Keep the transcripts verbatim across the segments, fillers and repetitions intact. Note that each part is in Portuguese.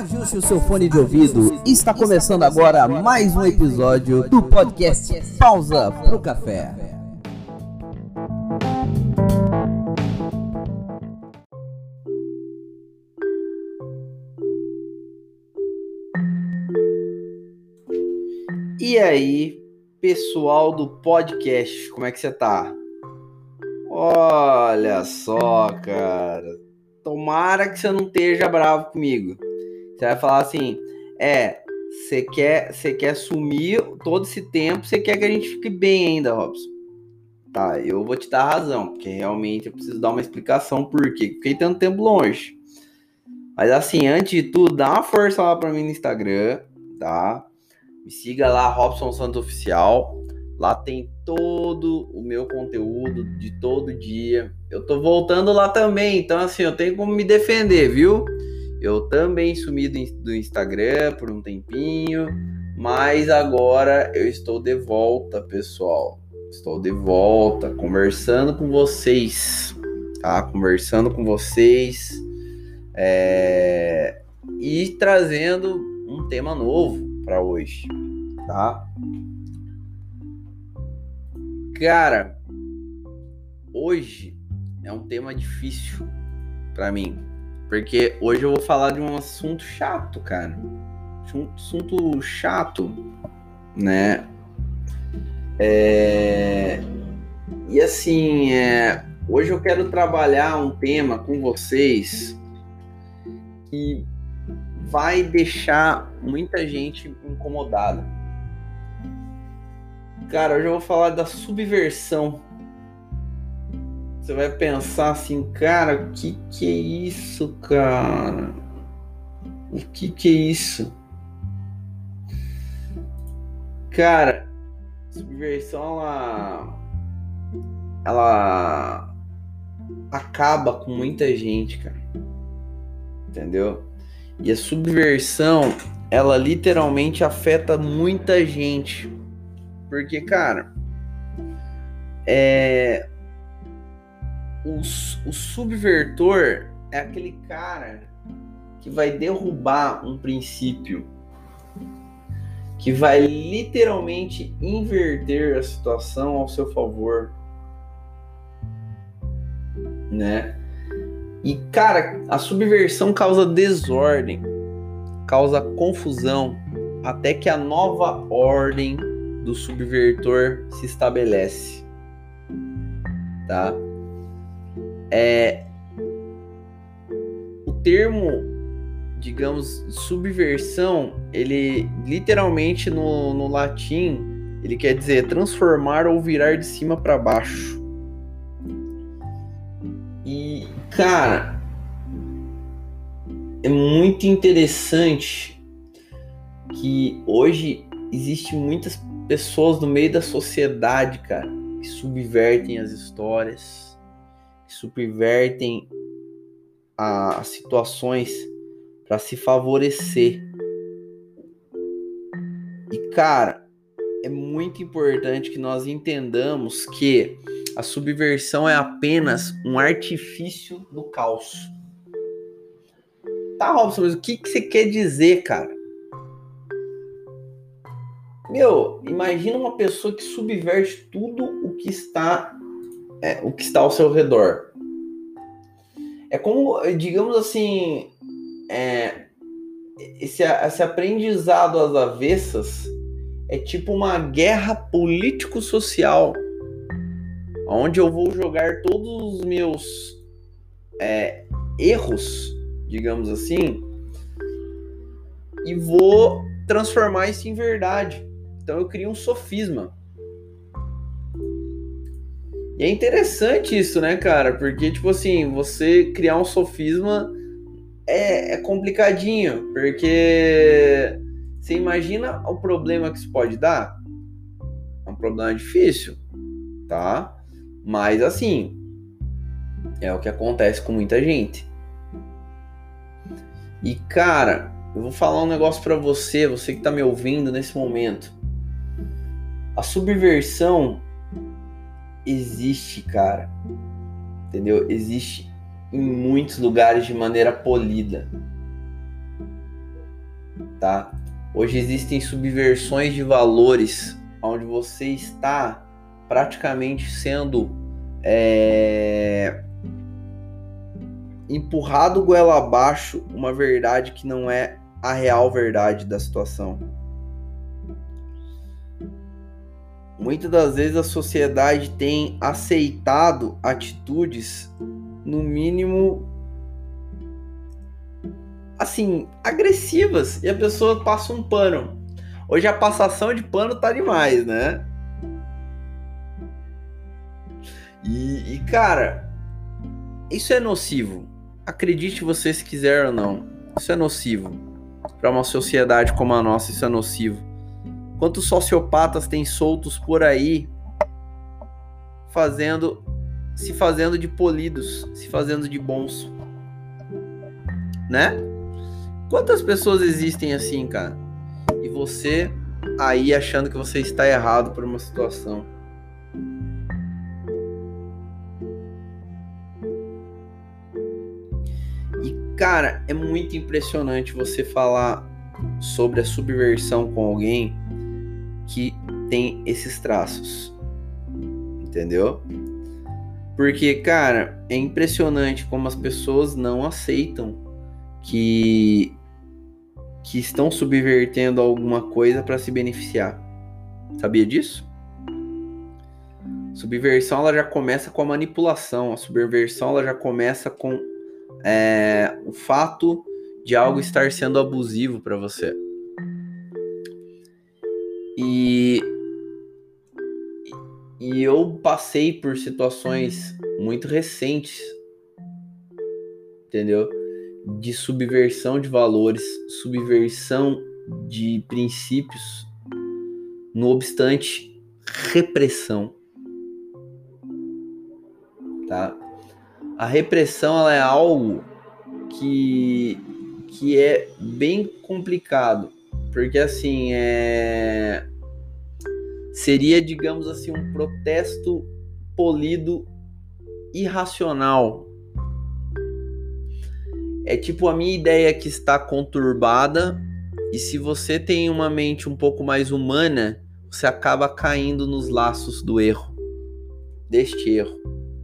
Ajuste o seu fone de ouvido. Está começando agora mais um episódio do podcast Pausa pro Café. E aí, pessoal do podcast, como é que você tá? Olha só, cara. Tomara que você não esteja bravo comigo. Você vai falar assim, é, você quer, você quer sumir todo esse tempo, você quer que a gente fique bem ainda, Robson. Tá, eu vou te dar razão, porque realmente eu preciso dar uma explicação por quê. Fiquei tanto tempo longe. Mas assim, antes de tudo, dá uma força lá pra mim no Instagram, tá? Me siga lá, Robson Santos Oficial. Lá tem todo o meu conteúdo de todo dia. Eu tô voltando lá também, então assim, eu tenho como me defender, viu? Eu também sumi do, do Instagram por um tempinho, mas agora eu estou de volta, pessoal. Estou de volta, conversando com vocês, tá? Conversando com vocês é... e trazendo um tema novo para hoje, tá? Cara, hoje é um tema difícil para mim, porque hoje eu vou falar de um assunto chato, cara. Um assunto chato, né? É... E assim, é... hoje eu quero trabalhar um tema com vocês que vai deixar muita gente incomodada. Cara, hoje eu vou falar da subversão. Você vai pensar assim, cara, o que que é isso, cara? O que que é isso? Cara, subversão, ela... ela acaba com muita gente, cara. Entendeu? E a subversão, ela literalmente afeta muita gente. Porque, cara, é... o, o subvertor é aquele cara que vai derrubar um princípio, que vai literalmente inverter a situação ao seu favor, né? E, cara, a subversão causa desordem, causa confusão, até que a nova ordem do subvertor se estabelece, tá? É, o termo, digamos, subversão, ele literalmente no, no latim, ele quer dizer transformar ou virar de cima para baixo. E, cara, é muito interessante que hoje existe muitas pessoas no meio da sociedade, cara, que subvertem as histórias, que subvertem a, as situações para se favorecer. E, cara, é muito importante que nós entendamos que a subversão é apenas um artifício do caos. Tá, Robson, mas o que, que você quer dizer, cara? Meu, imagina uma pessoa que subverte tudo o que está, é, o que está ao seu redor. É como, digamos assim, é, esse, esse aprendizado às avessas é tipo uma guerra político-social, onde eu vou jogar todos os meus é, erros, digamos assim, e vou transformar isso em verdade. Então eu crio um sofisma. E é interessante isso, né, cara? Porque, tipo assim, você criar um sofisma é, é complicadinho. Porque você imagina o problema que isso pode dar? É um problema difícil, tá? Mas, assim, é o que acontece com muita gente. E, cara, eu vou falar um negócio pra você, você que tá me ouvindo nesse momento. A subversão existe, cara, entendeu? Existe em muitos lugares de maneira polida. tá? Hoje existem subversões de valores onde você está praticamente sendo é, empurrado goela abaixo uma verdade que não é a real verdade da situação. Muitas das vezes a sociedade tem aceitado atitudes, no mínimo, assim, agressivas, e a pessoa passa um pano. Hoje a passação de pano tá demais, né? E, e cara, isso é nocivo. Acredite você se quiser ou não. Isso é nocivo. Para uma sociedade como a nossa, isso é nocivo. Quantos sociopatas tem soltos por aí fazendo, se fazendo de polidos, se fazendo de bons, né? Quantas pessoas existem assim, cara? E você aí achando que você está errado por uma situação. E, cara, é muito impressionante você falar sobre a subversão com alguém que tem esses traços, entendeu? Porque, cara, é impressionante como as pessoas não aceitam que, que estão subvertendo alguma coisa para se beneficiar. Sabia disso? Subversão, ela já começa com a manipulação. A subversão, ela já começa com é, o fato de algo estar sendo abusivo para você. E, e eu passei por situações muito recentes, entendeu? De subversão de valores, subversão de princípios, não obstante repressão, tá? A repressão, ela é algo que, que é bem complicado, porque assim, é... seria, digamos assim, um protesto polido irracional. É tipo a minha ideia que está conturbada, e se você tem uma mente um pouco mais humana, você acaba caindo nos laços do erro, deste erro.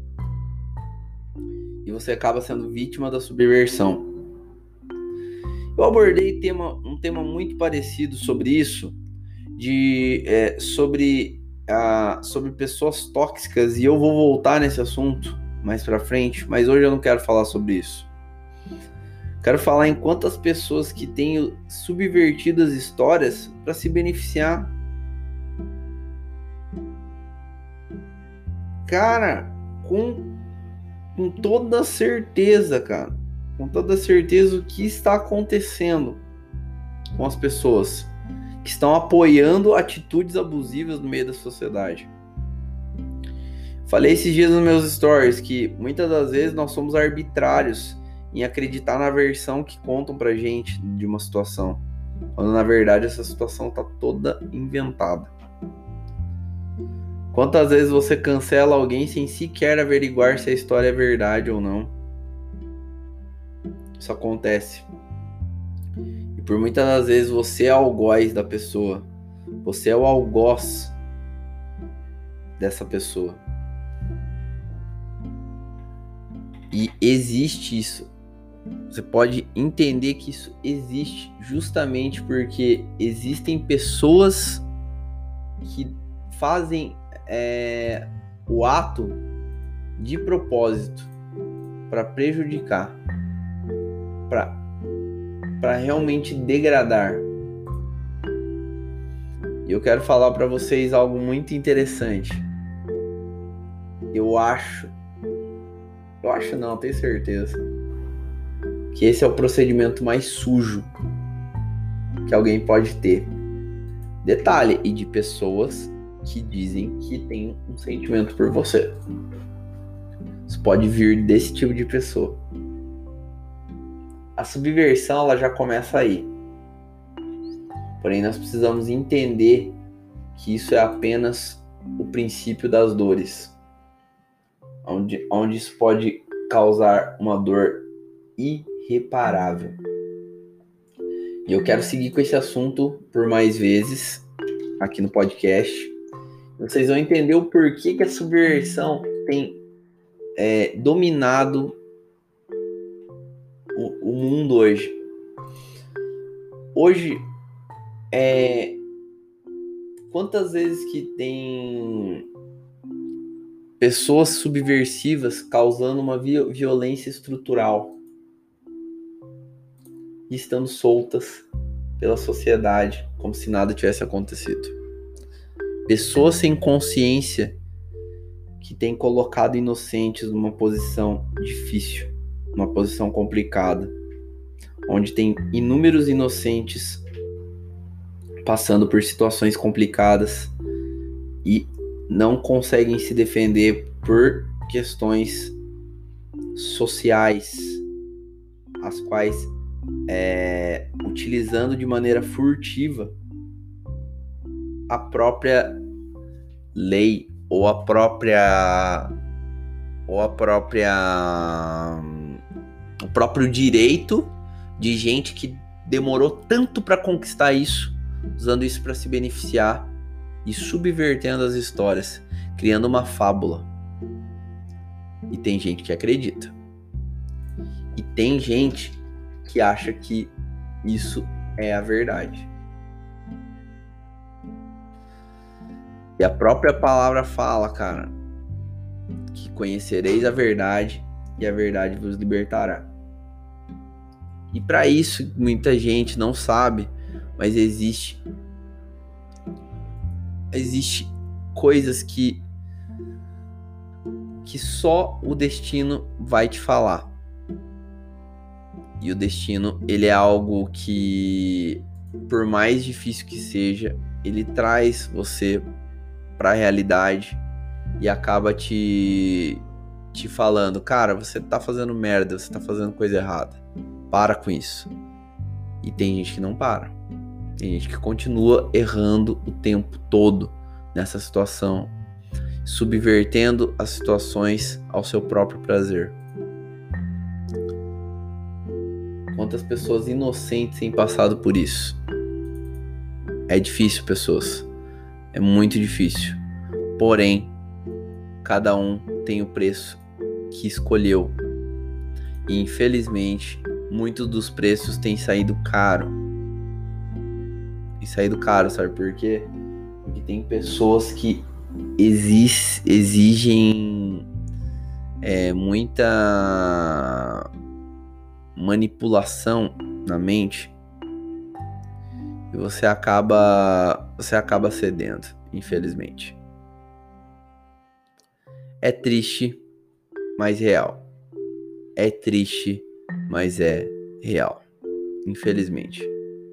E você acaba sendo vítima da subversão. Eu abordei tema, um tema muito parecido sobre isso, de, é, sobre, a, sobre pessoas tóxicas, e eu vou voltar nesse assunto mais pra frente, mas hoje eu não quero falar sobre isso. Quero falar em quantas pessoas que têm subvertido as histórias para se beneficiar. Cara, com, com toda certeza, cara, com toda certeza o que está acontecendo com as pessoas que estão apoiando atitudes abusivas no meio da sociedade. Falei esses dias nos meus stories que muitas das vezes nós somos arbitrários em acreditar na versão que contam pra gente de uma situação, quando na verdade essa situação tá toda inventada. Quantas vezes você cancela alguém sem sequer averiguar se a história é verdade ou não? Isso acontece. E por muitas das vezes você é o algoz da pessoa. Você é o algoz dessa pessoa. E existe isso. Você pode entender que isso existe justamente porque existem pessoas que fazem é, o ato de propósito para prejudicar, para para realmente degradar. E eu quero falar para vocês algo muito interessante. Eu acho, eu acho não, tenho certeza, que esse é o procedimento mais sujo que alguém pode ter. Detalhe, e de pessoas que dizem que tem um sentimento por você. Isso pode vir desse tipo de pessoa. A subversão, ela já começa aí. Porém, nós precisamos entender que isso é apenas o princípio das dores. Onde, onde isso pode causar uma dor irreparável. E eu quero seguir com esse assunto por mais vezes aqui no podcast. Vocês vão entender o porquê que a subversão tem é, dominado o, o mundo hoje. Hoje, é, quantas vezes que tem pessoas subversivas causando uma violência estrutural e estando soltas pela sociedade, como se nada tivesse acontecido. Pessoas sem consciência que têm colocado inocentes numa posição difícil, numa posição complicada, onde tem inúmeros inocentes passando por situações complicadas e não conseguem se defender por questões sociais, as quais é, utilizando de maneira furtiva a própria lei ou a própria ou a própria o próprio direito de gente que demorou tanto para conquistar isso, usando isso para se beneficiar e subvertendo as histórias, criando uma fábula. E tem gente que acredita. E tem gente que acha que isso é a verdade. E a própria palavra fala, cara, que conhecereis a verdade e a verdade vos libertará. E para isso, muita gente não sabe, mas existe existe coisas que que só o destino vai te falar. E o destino, ele é algo que, por mais difícil que seja, ele traz você para a realidade e acaba te te falando, cara, você tá fazendo merda, você tá fazendo coisa errada. Para com isso. E tem gente que não para. Tem gente que continua errando o tempo todo nessa situação, subvertendo as situações ao seu próprio prazer. Quantas pessoas inocentes têm passado por isso? É difícil, pessoas. É muito difícil. Porém, cada um tem o preço que escolheu. E infelizmente, muitos dos preços têm saído caro. E saído caro, sabe por quê? Porque tem pessoas que exig- exigem é, muita manipulação na mente. E você acaba, você acaba cedendo, infelizmente. É triste, mas real. É triste, mas é real, infelizmente.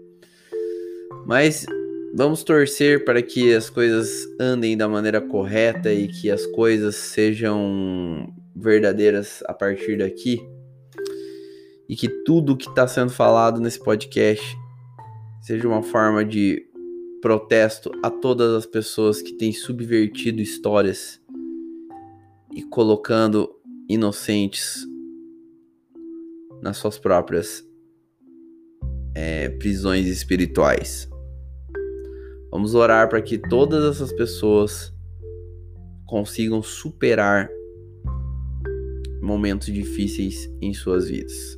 Mas vamos torcer para que as coisas andem da maneira correta e que as coisas sejam verdadeiras a partir daqui. E que tudo que está sendo falado nesse podcast seja uma forma de protesto a todas as pessoas que têm subvertido histórias e colocando inocentes nas suas próprias é, prisões espirituais. Vamos orar para que todas essas pessoas consigam superar momentos difíceis em suas vidas.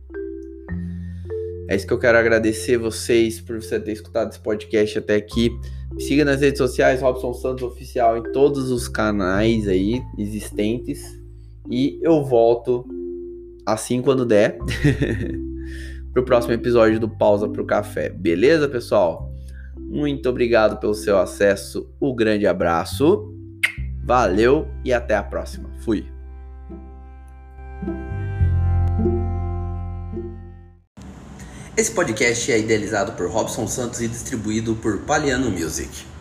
É isso que eu quero agradecer vocês por você ter escutado esse podcast até aqui. Me siga nas redes sociais, Robson Santos Oficial, em todos os canais aí existentes. E eu volto assim quando der pro próximo episódio do Pausa pro Café. Beleza, pessoal? Muito obrigado pelo seu acesso. Um grande abraço. Valeu e até a próxima. Fui. Esse podcast é idealizado por Robson Santos e distribuído por Paliano Music.